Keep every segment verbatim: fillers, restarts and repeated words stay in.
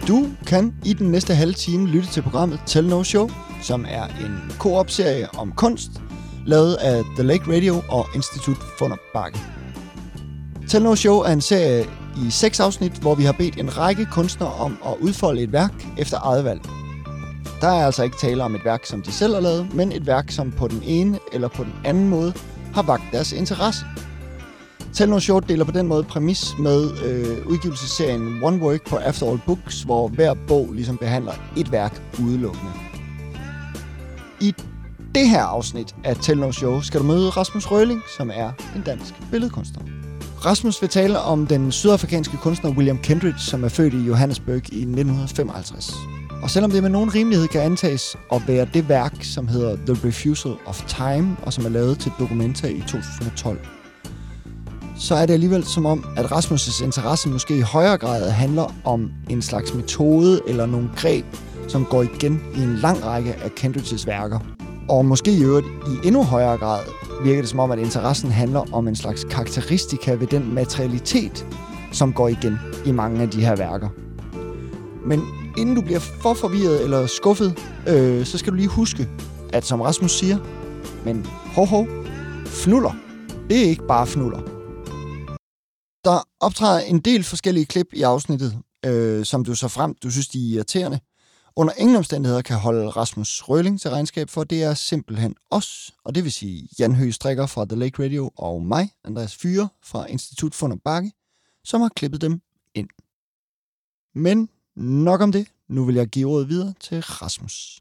Du kan i den næste halve time lytte til programmet Tell No Show, som er en co-op-serie om kunst, lavet af The Lake Radio og Institut Funder Bakke. Tell No Show er en serie i seks afsnit, hvor vi har bedt en række kunstnere om at udfolde et værk efter eget valg. Der er altså ikke tale om et værk, som de selv har lavet, men et værk, som på den ene eller på den anden måde har vakt deres interesse. Tell No Show deler på den måde præmis med øh, udgivelsesserien One Work på After All Books, hvor hver bog ligesom behandler et værk udelukkende. I det her afsnit af Tell No Show skal du møde Rasmus Røhling, som er en dansk billedkunstner. Rasmus vil tale om den sydafrikanske kunstner William Kindred, som er født i Johannesburg i nitten femoghalvtreds. Og selvom det med nogen rimelighed kan antages at være det værk, som hedder The Refusal of Time, og som er lavet til Documenta i to tusind og tolv, så er det alligevel som om, at Rasmus' interesse måske i højere grad handler om en slags metode eller nogle greb, som går igen i en lang række af Kindreds værker. Og måske i øvrigt i endnu højere grad virker det som om, at interessen handler om en slags karakteristika ved den materialitet, som går igen i mange af de her værker. Men inden du bliver for forvirret eller skuffet, øh, så skal du lige huske, at som Rasmus siger, men hov hov, fnuller, det er ikke bare fnuller. Der optræder en del forskellige klip i afsnittet, øh, som du så frem, du synes, de er irriterende. Under ingen omstændigheder kan holde Rasmus Røhling til regnskab for, det er simpelthen os, og det vil sige Jan Høgh Strikker fra The Lake Radio og mig, Andreas Fyre fra Institut Funder Bakke, som har klippet dem ind. Men nok om det. Nu vil jeg give ordet videre til Rasmus.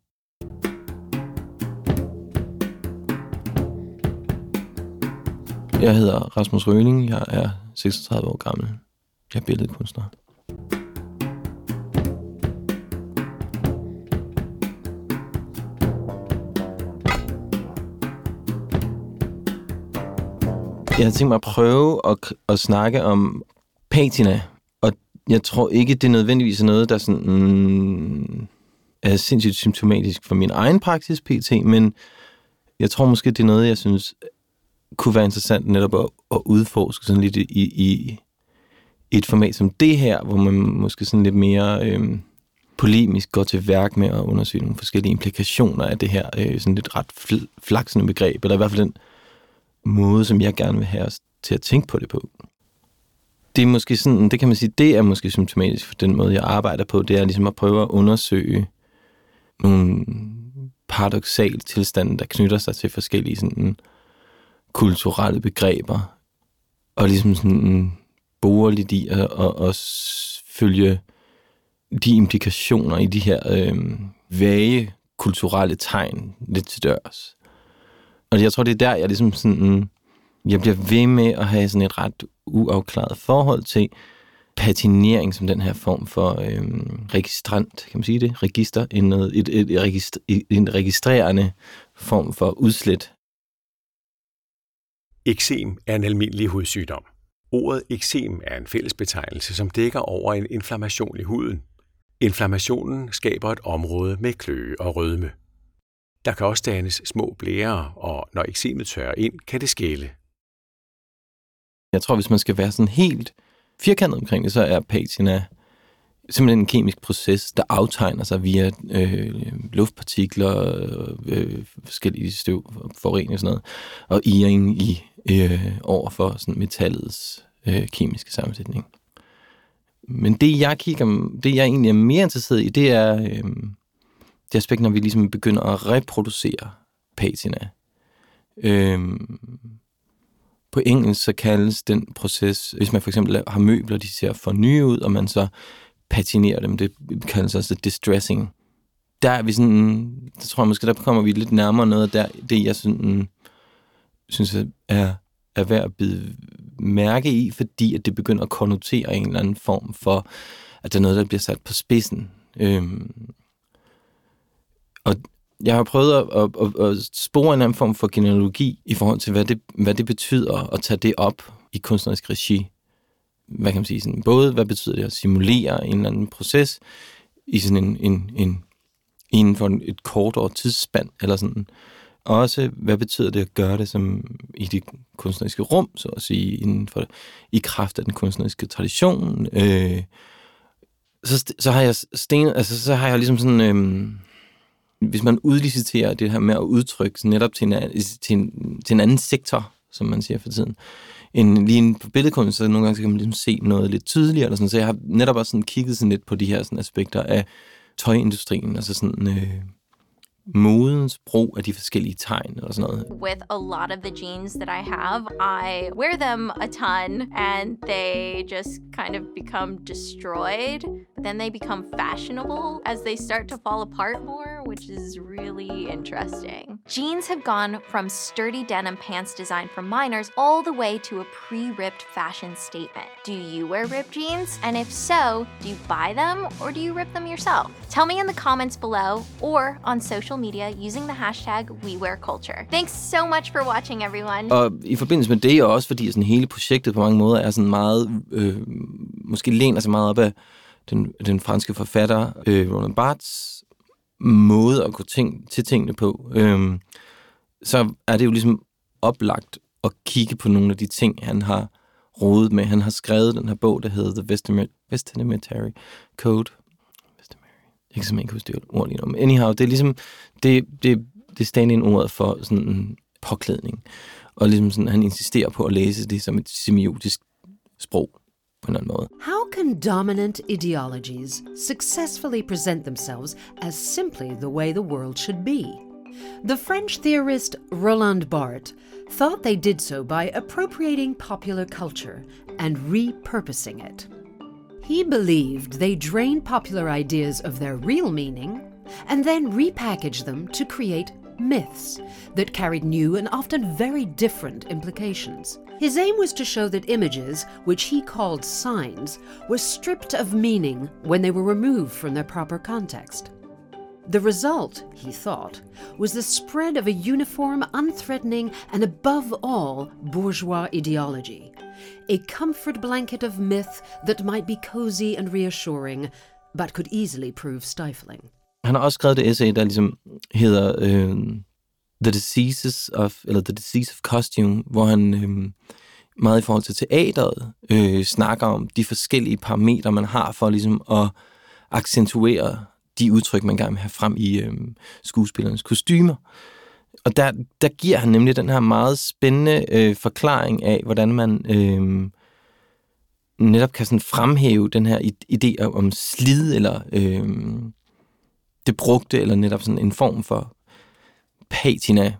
Jeg hedder Rasmus Røhling. Jeg er seksogtredive år gammel. Jeg er billedkunstner. Jeg har tænkt mig at prøve at, at snakke om patina. Og jeg tror ikke, det er nødvendigvis noget, der sådan, mm, er sindssygt symptomatisk for min egen praksis pt. Men jeg tror måske, det er noget, jeg synes kunne være interessant netop at, at udforske sådan lidt i, i, i et format som det her, hvor man måske sådan lidt mere øh, polemisk går til værk med at undersøge nogle forskellige implikationer af det her øh, sådan lidt ret fl- flaksende begreb, eller i hvert fald den måde, som jeg gerne vil have os til at tænke på det på. Det er måske sådan, det kan man sige, det er måske symptomatisk for den måde, jeg arbejder på, det er ligesom at prøve at undersøge nogle paradoksale tilstande, der knytter sig til forskellige sådan kulturelle begreber, og ligesom sådan bore lidt i at og, og følge de implikationer i de her øh, vage kulturelle tegn lidt til dørs. Og jeg tror, det er der, jeg ligesom sådan, jeg bliver ved med at have sådan et ret uafklaret forhold til patinering som den her form for øh, registrant, kan man sige det? Register, en, et, et, et registre, en registrerende form for udslæt. Eksem er en almindelig hudsygdom. Ordet eksem er en fællesbetegnelse, som dækker over en inflammation i huden. Inflammationen skaber et område med kløe og rødme. Der kan også dannes små blærer, og når eksemet tørrer ind, kan det skælle. Jeg tror, hvis man skal være sådan helt firkantet omkring det, så er patina simpelthen en kemisk proces, der aftegner sig via øh, luftpartikler, øh, forskellige støv, forurening og sådan noget, og iring i øh, over for sådan metallets øh, kemiske sammensætning. Men det jeg kigger, det jeg egentlig er mere interesseret i, det er øh, det aspekt, når vi ligesom begynder at reproducere patina. Øh, på engelsk så kaldes den proces, hvis man for eksempel har møbler, de ser for nye ud, og man så patinerer dem, det kaldes altså distressing. Der er vi sådan, der tror jeg måske, der kommer vi lidt nærmere noget af der, det jeg sådan, synes er, er værd at bide mærke i, fordi at det begynder at konnotere en eller anden form for, at der er noget, der bliver sat på spidsen. Øhm, og jeg har prøvet at, at, at, at spore en anden form for genealogi i forhold til, hvad det, hvad det betyder at tage det op i kunstnerisk regi. Hvad kan man sige? Sådan, både hvad betyder det at simulere en eller anden proces i sådan en, en, en inden for et kortere tidsspand, eller sådan. Også, hvad betyder det at gøre det som i det kunstneriske rum, så at sige, inden for, i kraft af den kunstneriske tradition. Øh, så, så har jeg sten, altså så har jeg ligesom sådan, øhm, hvis man udliciterer det her med at udtrykke sådan netop til en, til, en, til en anden sektor, som man siger for tiden, en, lige på billedkunst, så nogle gange så kan man ligesom se noget lidt tydeligere, eller sådan, så jeg har netop også sådan kigget sådan lidt på de her sådan aspekter af tøjindustrien, altså sådan øh, modens brug af de forskellige tegn eller sådan noget. With a lot of the jeans that I have, I wear them a ton and they just kind of become destroyed. Then they become fashionable as they start to fall apart more, which is really interesting. Jeans have gone from sturdy denim pants designed for minors all the way to a pre-ripped fashion statement. Do you wear ripped jeans? And if so, do you buy them or do you rip them yourself? Tell me in the comments below or on social media using the hashtag WeWearCulture. Thanks so much for watching, everyone. Og i forbindelse med det, og også fordi sådan hele projektet på mange måder er sådan meget, øh, måske læner sig meget op af den, den franske forfatter øh, Roland Barthes måde at gå ting, til tingene på, øh, så er det jo ligesom oplagt at kigge på nogle af de ting, han har rodet med. Han har skrevet den her bog, der hedder The Vestimentary Code. Jeg kan simpelthen ikke huske det ord lige nu. Men anyhow, det er ligesom, det, det, det er stand-in ordet for sådan en påklædning. Og ligesom sådan, han insisterer på at læse det som et semiotisk sprog på en anden måde. How can dominant ideologies successfully present themselves as simply the way the world should be? The French theorist Roland Barthes thought they did so by appropriating popular culture and repurposing it. He believed they drained popular ideas of their real meaning and then repackaged them to create myths that carried new and often very different implications. His aim was to show that images, which he called signs, were stripped of meaning when they were removed from their proper context. The result, he thought, was the spread of a uniform, unthreatening, and above all, bourgeois ideology. A comfort blanket of myth that might be cozy and reassuring, but could easily prove stifling. Han har også skrevet et essay, der ligesom hedder øh, The Diseases of, eller The Disease of Costume, hvor han øh, meget i forhold til teateret øh, snakker om de forskellige parametre, man har for ligesom at accentuere de udtryk, man gerne vil have frem i øh, skuespillernes kostymer. Og der, der giver han nemlig den her meget spændende øh, forklaring af, hvordan man øh, netop kan sådan fremhæve den her idé om slid, eller øh, det brugte, eller netop sådan en form for patina.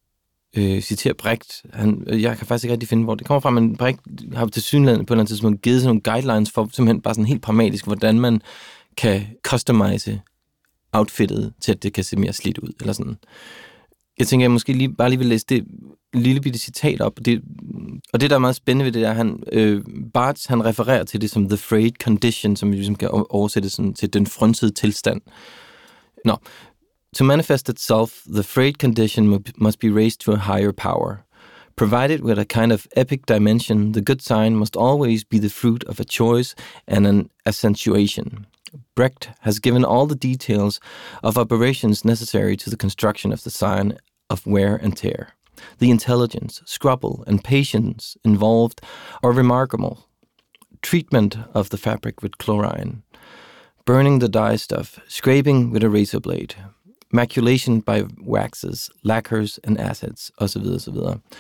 Øh, citerer Brecht. Han, jeg kan faktisk ikke rigtig finde, hvor det kommer fra, men Brecht har til synligheden på et eller andet tidspunkt givet sådan nogle guidelines for simpelthen bare sådan helt pragmatisk, hvordan man kan customize outfittet til, at det kan se mere slidt ud, eller sådan. Jeg tænker, jeg måske lige, bare lige vil læse det lille bitte citat op. Det, og det, der er meget spændende ved det, er, han, øh, Barthes, han refererer til det som the frayed condition, som vi ligesom kan oversætte sådan, til den frynsede tilstand. Nå. To manifest itself, the frayed condition must be raised to a higher power. Provided with a kind of epic dimension, the good sign must always be the fruit of a choice and an accentuation. Brecht has given all the details of operations necessary to the construction of the sign of wear and tear. The intelligence, scruple, and patience involved are remarkable. Treatment of the fabric with chlorine, burning the dye stuff, scraping with a razor blade, maculation by waxes, lacquers and acids, osv. osv.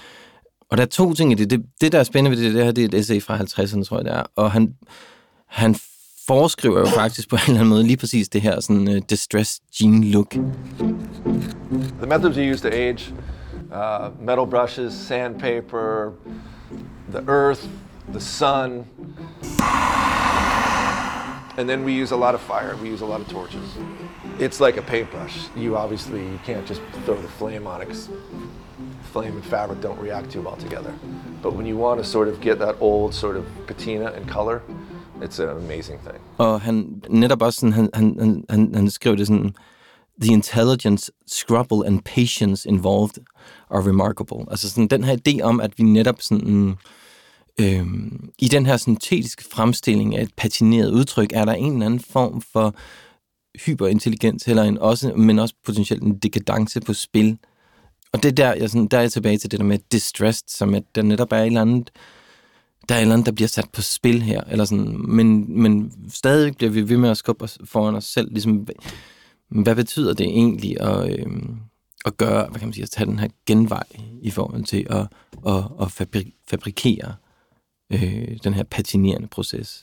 Og der er to ting i det. Det, det der er spændende ved det, det her, det er et essay fra halvtredserne, tror jeg det er. Og han, han foreskriver jo faktisk på en eller anden måde lige præcis det her sådan uh, distressed jean look. The methods we use to age, uh, metal brushes, sandpaper, the earth, the sun, and then we use a lot of fire. We use a lot of torches. It's like a paintbrush. You obviously you can't just throw the flame on it, 'cause flame and fabric don't react too well together. But when you want to sort of get that old sort of patina and color, it's an amazing thing. Og han netop også sådan, han, han, han, han skrev det sådan, the intelligence, scruple and patience involved are remarkable. Altså sådan den her idé om, at vi netop sådan, øhm, i den her syntetiske fremstilling af et patineret udtryk, er der en eller anden form for hyperintelligens, eller en også, men også potentielt en dekadence på spil. Og det der, jeg sådan, der er jeg tilbage til det der med distressed, som at der netop er et eller andet der er et eller andet, der bliver sat på spil her, eller sådan, men, men stadig bliver vi ved med at skubbe foran os selv, ligesom, hvad betyder det egentlig at, øh, at gøre, hvad kan man sige, at tage den her genvej i forhold til at, at, at fabri- fabrikere øh, den her patinerende proces.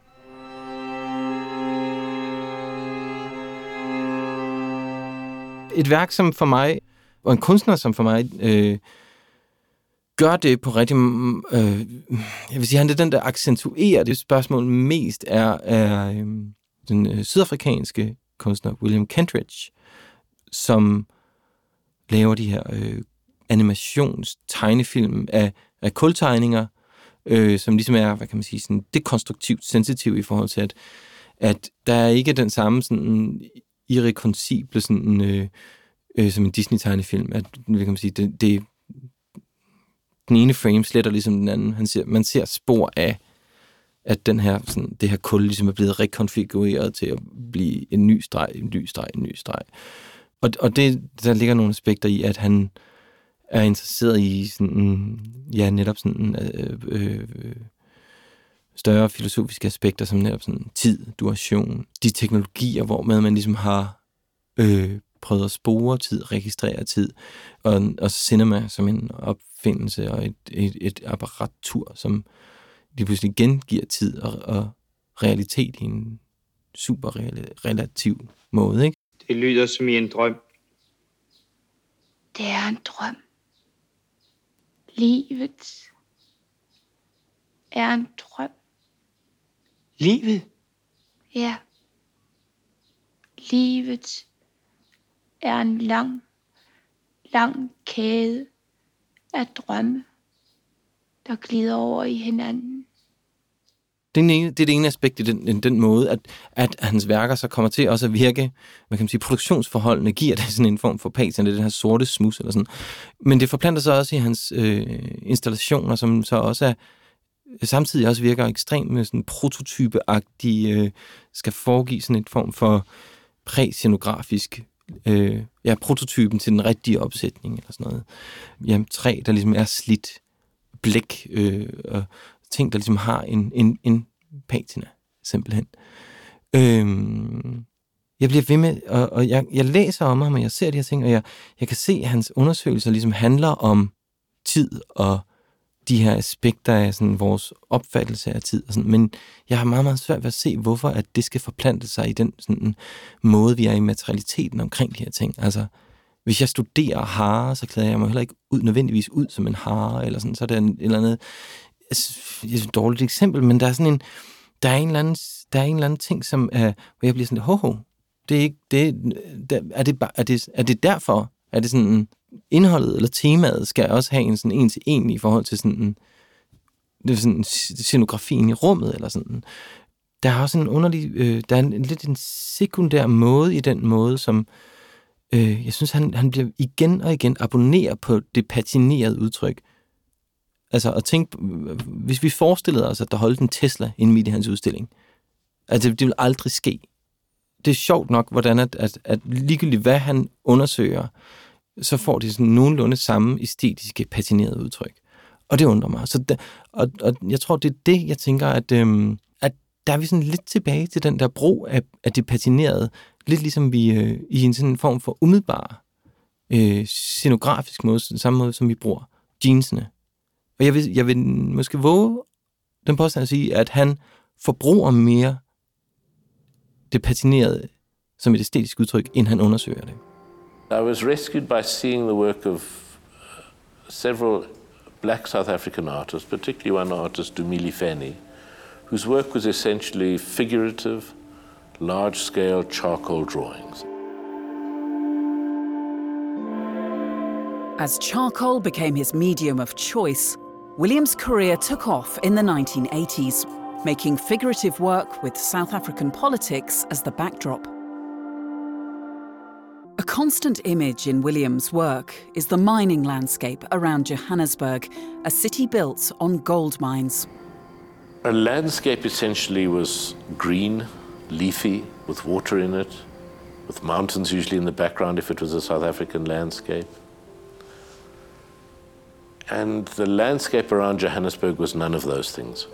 Et værk, som for mig, og en kunstner, som for mig, øh, gør det på rigtig... Øh, jeg vil sige, han er den, der accentuerer det spørgsmål mest, er, er øh, den øh, sydafrikanske kunstner William Kentridge, som laver de her øh, animations-tegnefilm af, af kultegninger, øh, som ligesom er, hvad kan man sige, sådan dekonstruktivt sensitiv i forhold til, at, at der er ikke den samme sådan irrekonsible sådan, øh, øh, som en Disney-tegnefilm, at, hvad kan man sige, det, det den ene frame sletter ligesom den anden. Han ser, man ser spor af, at den her, sådan, det her kul ligesom er blevet rekonfigureret til at blive en ny streg, en ny streg, en ny streg. Og, og det, der ligger nogle aspekter i, at han er interesseret i sådan, ja, netop sådan øh, øh, større filosofiske aspekter, som netop sådan tid, duration, de teknologier, hvor man ligesom har øh, prøvet at spore tid, registrere tid, og, og cinema som en opfindelse og et, et, et apparatur, som lige pludselig gengiver tid og, og realitet i en super relativ måde, ikke? Det lyder som i en drøm. Det er en drøm. Livet er en drøm. Livet? Ja. Livet er en lang, lang kæde af drømme, der glider over i hinanden. Det er, ene, det er det ene aspekt i den, den måde, at, at hans værker så kommer til også at virke, man kan sige, produktionsforholdene giver det sådan en form for patina, det er den her sorte smus eller sådan. Men det forplanter sig også i hans øh, installationer, som så også er, samtidig også virker ekstremt sådan prototypeagtige, øh, skal foregive sådan en form for præscenografisk, øh, ja, prototypen til den rigtige opsætning eller sådan noget. Jamen, træ, der ligesom er slidt, blæk, øh, og ting, der ligesom har en, en, en patina, simpelthen. Øhm, jeg bliver ved med, og, og jeg, jeg læser om ham, og jeg ser de her ting, og jeg, jeg kan se, at hans undersøgelser ligesom handler om tid, og de her aspekter af sådan, vores opfattelse af tid. Og sådan. Men jeg har meget, meget svært ved at se, hvorfor at det skal forplante sig i den sådan, måde, vi er i materialiteten omkring de her ting. Altså, hvis jeg studerer hare, så klæder jeg mig heller ikke ud, nødvendigvis ud som en hare, eller sådan, så er det en, et eller andet det er et dårligt eksempel, men der er sådan en, der er en eller anden, der er en eller anden ting, som er, hvor jeg bliver sådan, ho, ho, det er ikke, det, der, er, det, er, det, er det derfor, er det sådan, indholdet eller temaet skal også have en sådan en til en i forhold til sådan, det er sådan scenografien i rummet, eller sådan. Der er også en underlig, øh, der er en, en lidt en sekundær måde i den måde, som, øh, jeg synes, han, han bliver igen og igen abonnerer på det patinerede udtryk. Altså at tænke, hvis vi forestillede os, at der holdt en Tesla inde midt i hans udstilling, altså det vil aldrig ske. Det er sjovt nok, hvordan at, at, at ligegyldigt hvad han undersøger, så får de sådan nogenlunde samme æstetiske, patinerede udtryk. Og det undrer mig. Så der, og, og jeg tror, det er det, jeg tænker, at, øhm, at der er vi sådan lidt tilbage til den der brug af, af det patinerede, lidt ligesom vi øh, i en sådan form for umiddelbar øh, scenografisk måde, samme måde som vi bruger jeansene. Og jeg vil, jeg vil måske våge den påstand at sige, at han forbruger mere det patinerede som et æstetisk udtryk, end han undersøger det. I was rescued by seeing the work of several black South African artists, particularly one artist, Dumili Fani, whose work was essentially figurative, large-scale charcoal drawings. As charcoal became his medium of choice, William's career took off in the nineteen eighties, making figurative work with South African politics as the backdrop. A constant image in William's work is the mining landscape around Johannesburg, a city built on gold mines. A landscape essentially was green, leafy, with water in it, with mountains usually in the background if it was a South African landscape. And the landscape around Johannesburg was none of those things.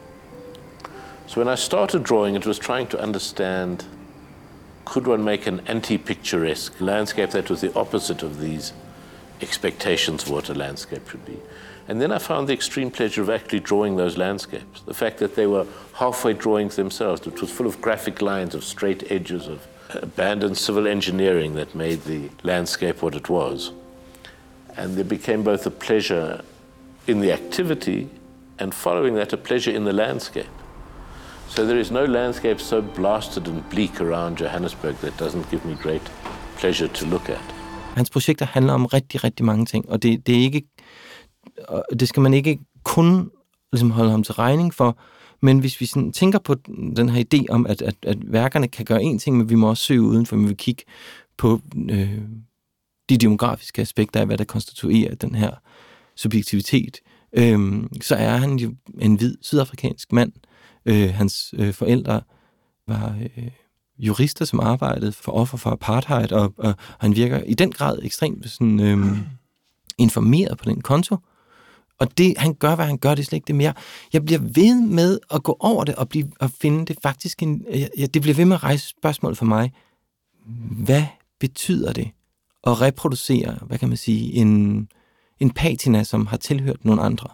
So when I started drawing, it was trying to understand, could one make an anti-picturesque landscape that was the opposite of these expectations of what a landscape should be? And then I found the extreme pleasure of actually drawing those landscapes. The fact that they were halfway drawings themselves, which was full of graphic lines, of straight edges, of abandoned civil engineering that made the landscape what it was. And there became both a pleasure in the activity, and following that, a pleasure in the landscape. So there is no landscape so blasted and bleak around Johannesburg that doesn't give me great pleasure to look at. Hans projekter handler om rigtig, rigtig mange ting, og det, det er ikke, det skal man ikke kun ligesom holde ham til regning for, men hvis vi sådan tænker på den her idé om, at, at, at værkerne kan gøre én ting, men vi må også søge uden, for vi vil kigge på øh, de demografiske aspekter af, hvad der konstituerer den her subjektivitet, øh, så er han jo en hvid sydafrikansk mand. Øh, hans øh, forældre var øh, jurister, som arbejdede for offer for apartheid, og, og han virker i den grad ekstremt sådan, øh, informeret på den konto. Og det, han gør, hvad han gør, det er slet ikke det mere. Jeg bliver ved med at gå over det og, blive, og finde det faktisk en... Jeg, det bliver ved med at rejse spørgsmål for mig. Hvad betyder det at reproducere, hvad kan man sige, en, en patina, som har tilhørt nogle andre?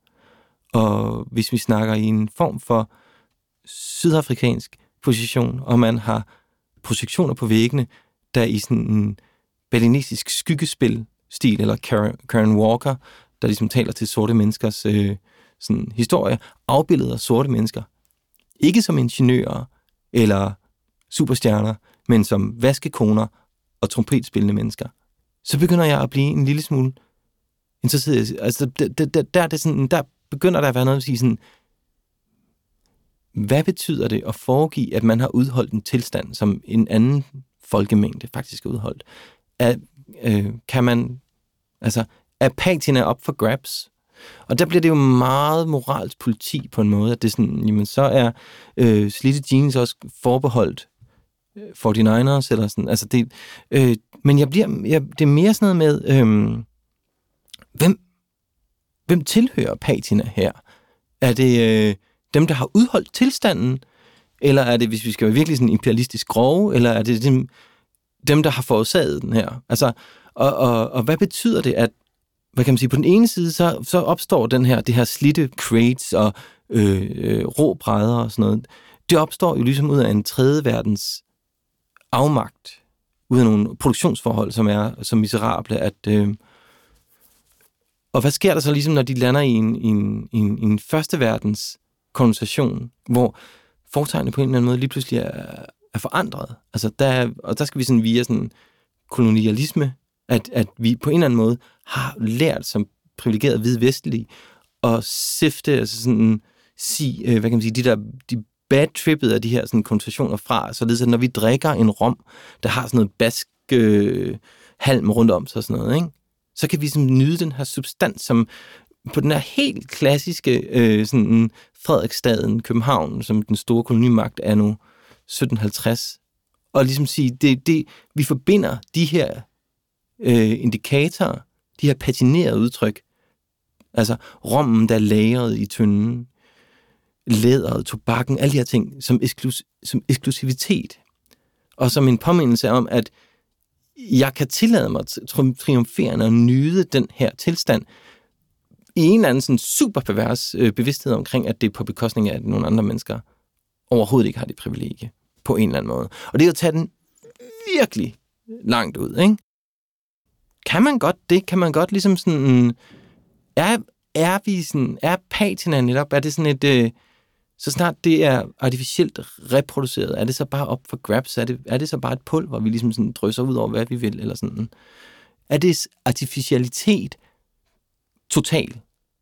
Og hvis vi snakker i en form for sydafrikansk position, og man har projektioner på væggene, der i sådan en balinesisk skyggespil-stil, eller Karen Walker, der ligesom taler til sorte menneskers øh, sådan, historie, afbilleder sorte mennesker. Ikke som ingeniører eller superstjerner, men som vaskekoner og trompetspillende mennesker. Så begynder jeg at blive en lille smule interesseret. Altså, der, der, der, der, sådan, der begynder der at være noget at sige sådan, hvad betyder det at foregive, at man har udholdt en tilstand, som en anden folkemængde faktisk har udholdt? Er, øh, kan man, altså, er patina op for grabs? Og der bliver det jo meget moralsk politi på en måde, at det er sådan, jamen så er øh, slitte jeans også forbeholdt forty-niners, eller sådan, altså det, øh, men jeg bliver, jeg, det er mere sådan noget med, øh, hvem, hvem tilhører patina her? Er det øh, dem, der har udholdt tilstanden, eller er det, hvis vi skal være virkelig sådan imperialistisk grove, eller er det dem, dem der har forårsaget den her? Altså, og, og, og hvad betyder det, at, hvad kan man sige, på den ene side, så, så opstår den her, det her slitte crates og øh, øh, rå brædder og sådan noget, det opstår jo ligesom ud af en tredje verdens afmagt, ud af nogle produktionsforhold, som er så miserable, at øh, og hvad sker der så ligesom, når de lander i en, i en, i en, i en første verdens konversation, hvor fortegnene på en eller anden måde lige pludselig er, er forandret. Altså der, og der skal vi sådan via sådan kolonialisme, at, at vi på en eller anden måde har lært som privilegeret hvide vestlige at sifte, altså sådan sige, øh, hvad kan man sige, de der de bad trippet af de her sådan konversationer fra, således at når vi drikker en rom, der har sådan noget bask øh, halm rundt om sig og sådan noget, ikke? Så kan vi sådan nyde den her substans, som på den her helt klassiske øh, sådan Frederiksstaden, København, som den store kolonimagt er nu sytten halvtreds. Og ligesom sige, det, det, vi forbinder de her øh, indikatorer, de her patinerede udtryk, altså rommen, der er lagret i tynden, læderet, tobakken, alle de her ting, som, eksklus- som eksklusivitet. Og som en påmindelse om, at jeg kan tillade mig tri- triumferende at nyde den her tilstand i en eller anden sådan super pervers øh, bevidsthed omkring, at det er på bekostning af, at nogle andre mennesker overhovedet ikke har det privilegie på en eller anden måde. Og det er at tage den virkelig langt ud, ikke? Kan man godt det? Kan man godt ligesom sådan... Er, er vi sådan... Er patina netop? Er det sådan et... Øh, så snart det er artificielt reproduceret, er det så bare op for grabs? Er det, er det så bare et pulver, vi ligesom sådan drysser ud over, hvad vi vil? Eller sådan? Er det artificialitet total?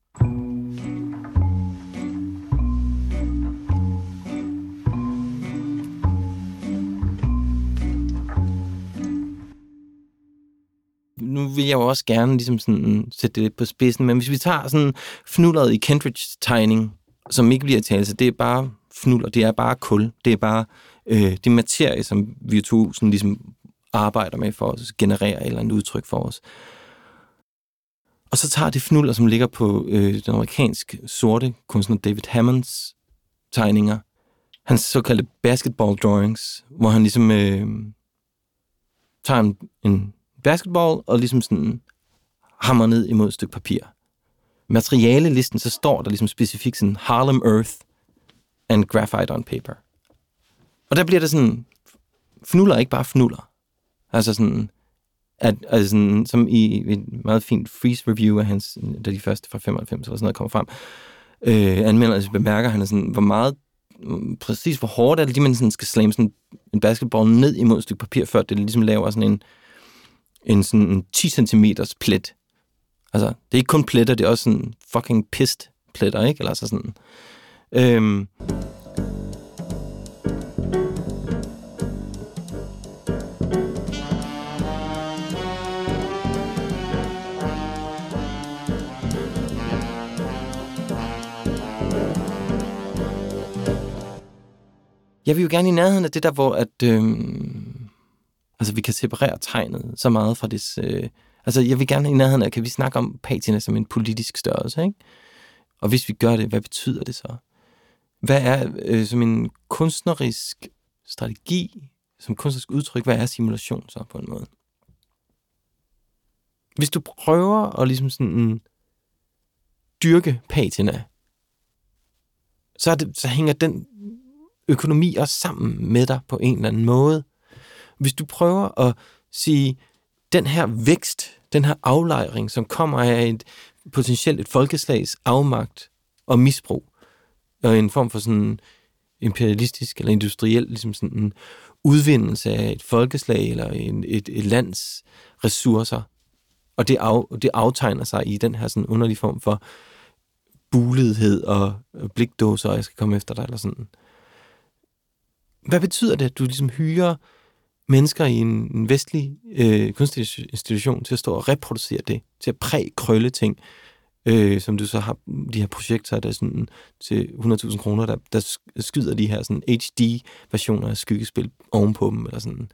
Nu vil jeg jo også gerne ligesom sådan sætte det lidt på spidsen, men hvis vi tager sådan fnulleret i Kentridge's tegning, som ikke bliver talt, så det er bare fnuller, det er bare kul, det er bare øh, det materie, som virtuosen ligesom arbejder med for os, genererer et eller andet udtryk for os. Og så tager det fnuller, som ligger på øh, den amerikanske sorte kunstner David Hammonds tegninger, hans såkaldte basketball drawings, hvor han ligesom øh, tager en, en basketball og ligesom sådan hammer ned imod et stykke papir. Materialelisten, så står der ligesom specifikt sådan Harlem Earth and graphite on paper. Og der bliver det sådan fnuller, ikke bare fnuller. Altså sådan, at, altså sådan, som i et meget fint freeze review af hans, da de første fra femoghalvfems eller sådan noget kommer frem, øh, anmelderne bemærker han er sådan, hvor meget, præcis hvor hårdt er det, de man sådan skal slamme sådan en basketball ned imod et stykke papir, før det ligesom laver sådan en, en sådan en ti centimeters plet. Altså, det er ikke kun pletter, det er også sådan fucking pissed pletter, ikke? Eller altså sådan. Øhm. Jeg vil jo gerne i nærheden af det der, hvor at, øhm, altså, vi kan separere tegnet så meget fra det. Øh, altså, jeg vil gerne i nærheden af, kan vi snakke om patina som en politisk størrelse, ikke? Og hvis vi gør det, hvad betyder det så? Hvad er øh, som en kunstnerisk strategi, som kunstnerisk udtryk, hvad er simulation så på en måde? Hvis du prøver at ligesom sådan dyrke patina, så, er det, så hænger den økonomi også sammen med dig på en eller anden måde. Hvis du prøver at sige, den her vækst, den her aflejring, som kommer af et potentielt et folkeslags afmagt og misbrug, og en form for sådan imperialistisk eller industriel ligesom sådan en udvindelse af et folkeslag eller en, et, et lands ressourcer, og det, af, det aftegner sig i den her sådan underlige form for bulethed og blikdåser, og jeg skal komme efter dig, eller sådan. Hvad betyder det, at du ligesom hyrer mennesker i en, en vestlig øh, kunstinstitution til at stå og reproducere det, til at præ-krølle ting, øh, som du så har, de her projekter, der er sådan til hundrede tusind kroner, der, der skyder de her sådan H D-versioner af skyggespil ovenpå dem, eller sådan.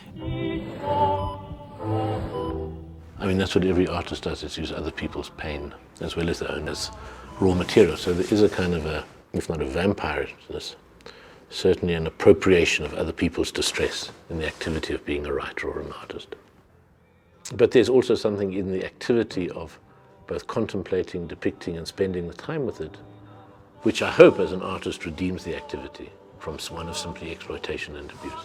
I mean, that's what every artist does, is use other people's pain, as well as their own, as raw material. So there is a kind of a, if not a vampire, there's certainly an appropriation of other people's distress in the activity of being a writer or an artist. But there's also something in the activity of both contemplating, depicting, and spending the time with it, which I hope as an artist redeems the activity from one of simply exploitation and abuse.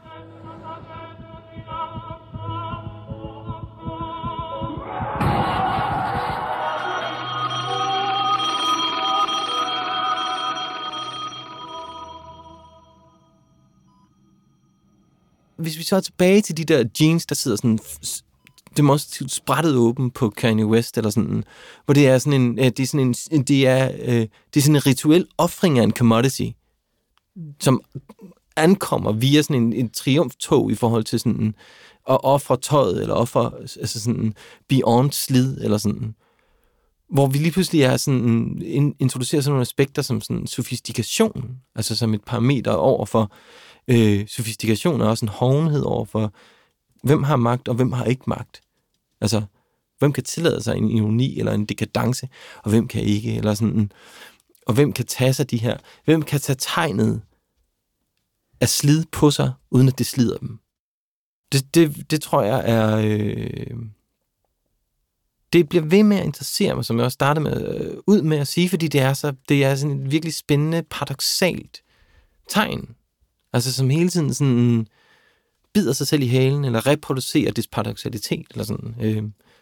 Hvis vi så er tilbage til de der jeans, der sidder sådan demonstrativt sprættet åben på Kanye West, eller sådan, hvor det er sådan en, det er sådan en, det er, det er sådan en rituel offring af en commodity, som ankommer via sådan en, en triumftog i forhold til sådan at ofre tøjet, eller ofre, altså sådan beyond slid, eller sådan, hvor vi lige pludselig er sådan, introducerer sådan nogle aspekter som sådan sofistikation, altså som et parameter over for Øh, sofistikation er også en hovenhed over for, hvem har magt, og hvem har ikke magt. Altså, hvem kan tillade sig en ironi eller en dekadence, og hvem kan ikke, eller sådan, og hvem kan tage sig de her, hvem kan tage tegnet af slid på sig, uden at det slider dem. Det, det, det tror jeg er, øh, det bliver ved med at interessere mig, som jeg også startede med, øh, ud med at sige, fordi det er, så, det er sådan et virkelig spændende, paradoksalt tegn. Altså som hele tiden sådan bider sig selv i halen, eller reproducerer dets paradoksalitet, eller sådan. Øh.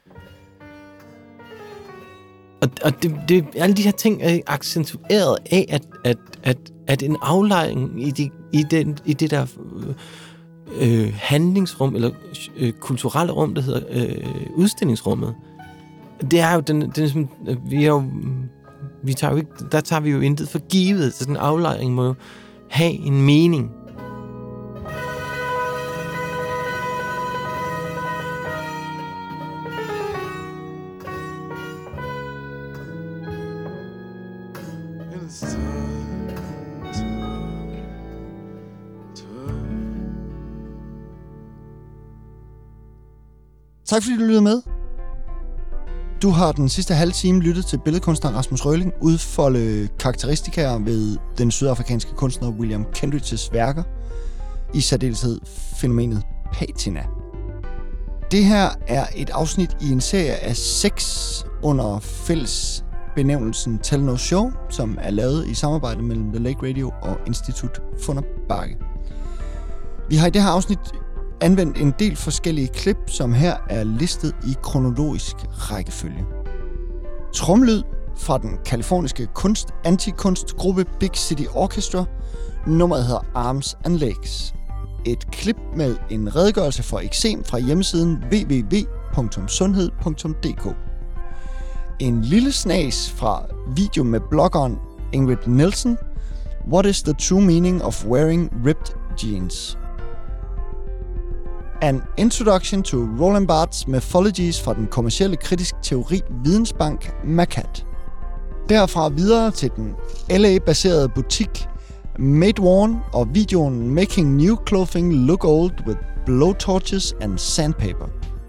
Og, og det, det, alle de her ting er accentueret af, at, at, at, at en aflejring i, de, i, den, i det der øh, handlingsrum, eller øh, kulturelle rum, der hedder øh, udstillingsrummet, det er jo den, den vi er jo, vi tager jo ikke, der tager vi jo intet for givet, så den aflejring må jo have en mening. Tak fordi du lyttede med. Du har den sidste halve time lyttet til billedkunstner Rasmus Røhling udfolde karakteristikaer ved den sydafrikanske kunstner William Kentridges værker, i særdeleshed fænomenet patina. Det her er et afsnit i en serie af seks under fælles benævnelsen Tell No Show, som er lavet i samarbejde mellem The Lake Radio og Institut Funder Bakke. Vi har i det her afsnit anvendt en del forskellige klip, som her er listet i kronologisk rækkefølge. Tromlyd fra den kaliforniske kunst-antikunstgruppe Big City Orchestra. Nummeret hedder Arms and Legs. Et klip med en redegørelse for eksem fra hjemmesiden w w w punktum sundhed punktum d k. En lille snas fra video med bloggeren Ingrid Nielsen. What is the true meaning of wearing ripped jeans? An Introduction to Roland Barthes Mythologies fra den kommercielle kritisk teori vidensbank MACAT. Derfra videre til den L A-baserede butik Made Worn og videoen Making New Clothing Look Old with Blowtorches and Sandpaper.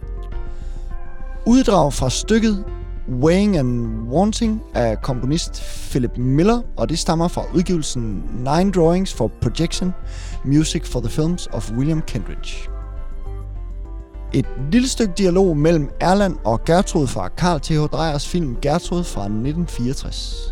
Uddrag fra stykket Weighing and Wanting af komponist Philip Miller, og det stammer fra udgivelsen Nine Drawings for Projection, Music for the Films of William Kentridge. Et lille stykke dialog mellem Erland og Gertrud fra Carl T H Dreyers film Gertrud fra nitten fireogtres.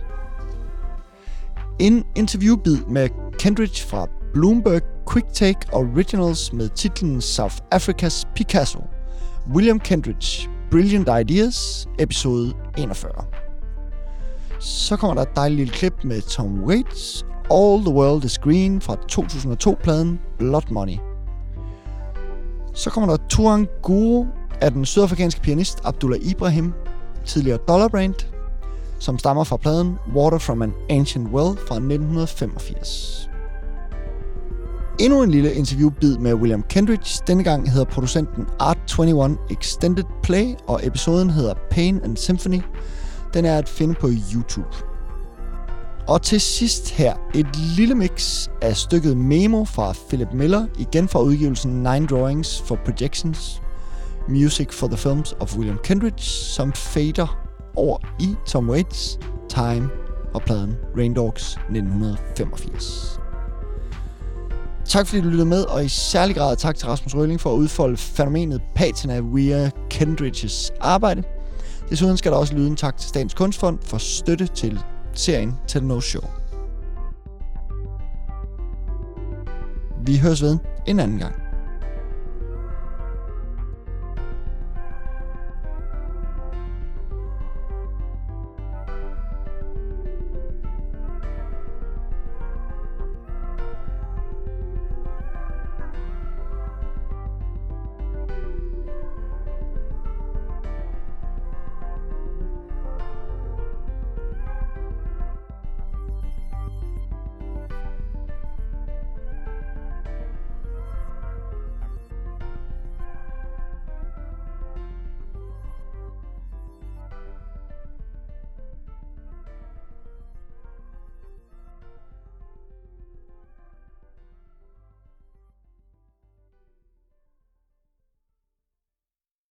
En interviewbid med Kentridge fra Bloomberg Quicktake Originals med titlen South Africa's Picasso. William Kentridge, Brilliant Ideas, episode enogfyrre. Så kommer der et dejligt lille klip med Tom Waits, All the World is Green fra to tusind og to-pladen Blood Money. Så kommer der Tuan Guru af den sydafrikanske pianist Abdullah Ibrahim, tidligere Dollar Brand, som stammer fra pladen Water from an Ancient Well fra nitten femogfirs. Endnu en lille interviewbid med William Kentridge. Denne gang hedder producenten Art enogtyve Extended Play, og episoden hedder Pain and Symphony. Den er at finde på YouTube. Og til sidst her et lille mix af stykket Memo fra Philip Miller, igen fra udgivelsen Nine Drawings for Projections, Music for the Films of William Kentridge, som fader over i Tom Waits Time og pladen Rain Dogs nitten femogfirs. Tak fordi du lyttede med, og i særlig grad tak til Rasmus Røhling for at udfolde fænomenet patina via Kentridges arbejde. Desuden skal der også lyde en tak til Statens Kunstfond for støtte til serien Tell No Show. Vi høres ved en anden gang.